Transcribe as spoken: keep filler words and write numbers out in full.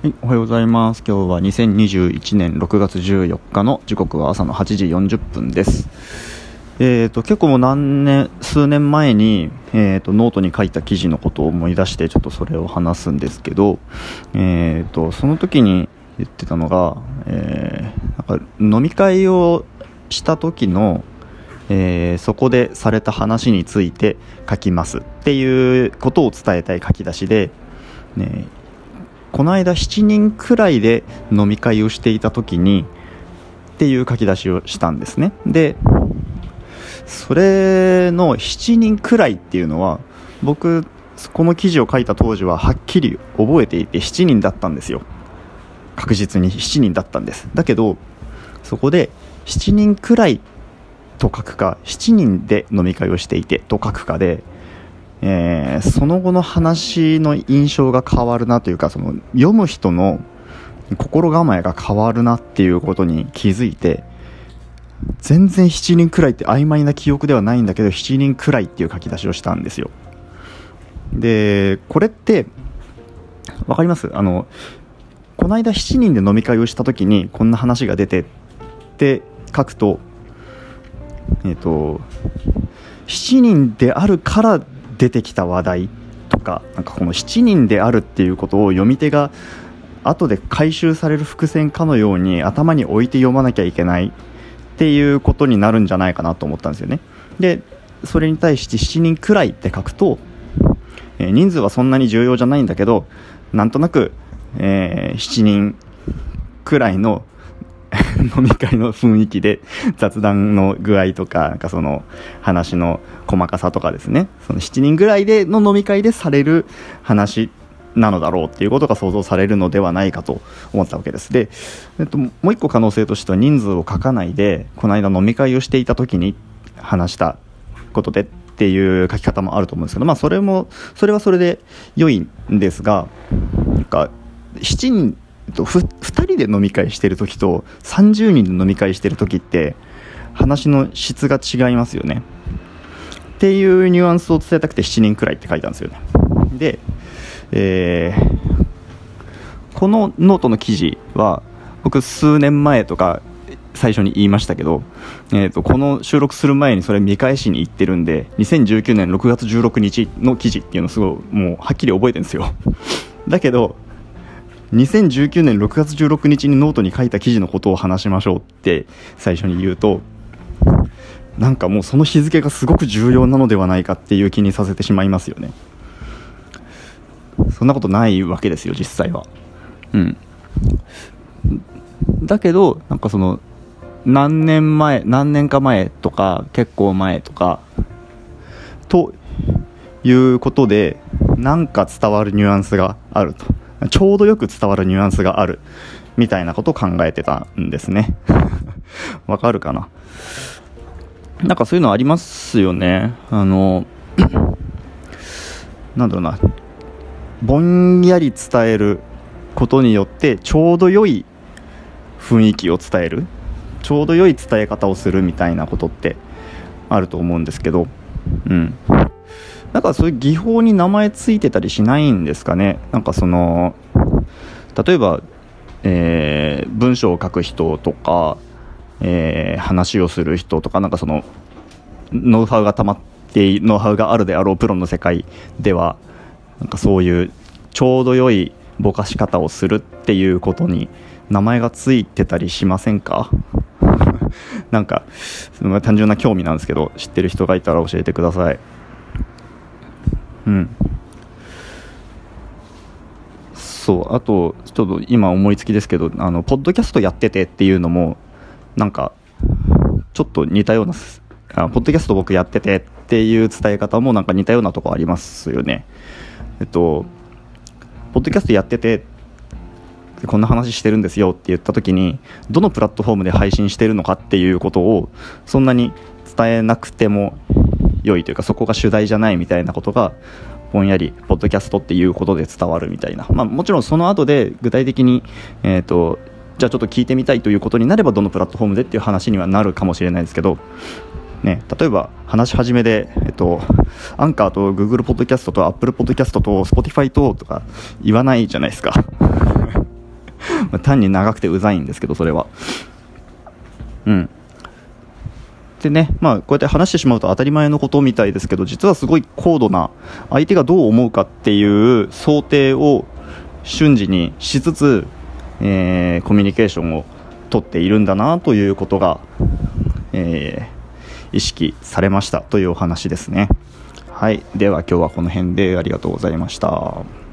はい、おはようございます。今日はにせんにじゅういちねんろくがつじゅうよっかの時刻は朝のはちじよんじゅっぷんです。えーと、結構もう何年数年前に、えーと、ノートに書いた記事のことを思い出してちょっとそれを話すんですけど、えーと、その時に言ってたのが、えー、なんか飲み会をした時の、えー、そこでされた話について書きますっていうことを伝えたい書き出しで、ね、この間しちにんくらいで飲み会をしていた時にっていう書き出しをしたんですね。でそれのしちにんくらいっていうのは僕この記事を書いた当時ははっきり覚えていてしちにんだったんですよ。確実にしちにんだったんです。だけどそこでしちにんくらいと書くかしちにんで飲み会をしていてと書くかで、えー、その後の話の印象が変わるなというか、その読む人の心構えが変わるなっていうことに気づいて、全然しちにんくらいって曖昧な記憶ではないんだけどしちにんくらいっていう書き出しをしたんですよ。でこれってわかります？あのこの間しちにんで飲み会をした時にこんな話が出てって書くと、えっとしちにんであるから出てきた話題とか、なんかこのしちにんであるっていうことを読み手が後で回収される伏線かのように頭に置いて読まなきゃいけないっていうことになるんじゃないかなと思ったんですよね。でそれに対してしちにんくらいって書くと、えー、人数はそんなに重要じゃないんだけど、なんとなく、えー、しちにんくらいの飲み会の雰囲気で雑談の具合とか、なんかその話の細かさとかですね、そのしちにんぐらいでの飲み会でされる話なのだろうっていうことが想像されるのではないかと思ったわけです。で、えっと、もう一個可能性としては人数を書かないでこの間飲み会をしていた時に話したことでっていう書き方もあると思うんですけど、まあそれもそれはそれで良いんですが、なんかしちにんふたりで飲み会してる時とさんじゅうにんで飲み会してる時って話の質が違いますよねっていうニュアンスを伝えたくてしちにんくらいって書いたんですよね。で、えー、このノートの記事は僕数年前とか最初に言いましたけど、えーと、この収録する前にそれ見返しに行ってるんでにせんじゅうきゅうねんろくがつじゅうろくにちの記事っていうのをすごいもうはっきり覚えてるんですよ。だけどにせんじゅうきゅうねんろくがつじゅうろくにちにノートに書いた記事のことを話しましょうって最初に言うと、なんかもうその日付がすごく重要なのではないかっていう気にさせてしまいますよね。そんなことないわけですよ実際は。うんだけどなんかその何年前何年か前とか結構前とかということでなんか伝わるニュアンスがあると、ちょうどよく伝わるニュアンスがあるみたいなことを考えてたんですね。わかるかな。なんかそういうのありますよね。あのなんだろうな、ぼんやり伝えることによってちょうど良い雰囲気を伝える、ちょうど良い伝え方をするみたいなことってあると思うんですけど、うんなんかそういう技法に名前ついてたりしないんですかね。なんかその例えば、えー、文章を書く人とか、えー、話をする人とか、なんかそのノウハウがたまってノウハウがあるであろうプロの世界ではなんかそういうちょうど良いぼかし方をするっていうことに名前がついてたりしませんか？なんかその単純な興味なんですけど、知ってる人がいたら教えてください。うんそうあとちょっと今思いつきですけど、あのポッドキャストやっててっていうのもなんかちょっと似たような、あポッドキャスト僕やっててっていう伝え方もなんか似たようなとこありますよね。えっとポッドキャストやっててこんな話してるんですよって言った時にどのプラットフォームで配信してるのかっていうことをそんなに伝えなくても良いというか、そこが主題じゃないみたいなことがぼんやりポッドキャストっていうことで伝わるみたいな、まあ、もちろんその後で具体的に、えーと、じゃあちょっと聞いてみたいということになればどのプラットフォームでっていう話にはなるかもしれないですけど、ね、例えば話し始めで、えっと、アンカーと Google ポッドキャストと Apple ポッドキャストと Spotify ととか言わないじゃないですか。 単に長くてうざいんですけど、それは。うんでね、まあ、こうやって話してしまうと当たり前のことみたいですけど、実はすごい高度な、相手がどう思うかっていう想定を瞬時にしつつ、えーコミュニケーションを取っているんだなということが、えー意識されましたというお話ですね。はい、では今日はこの辺でありがとうございました。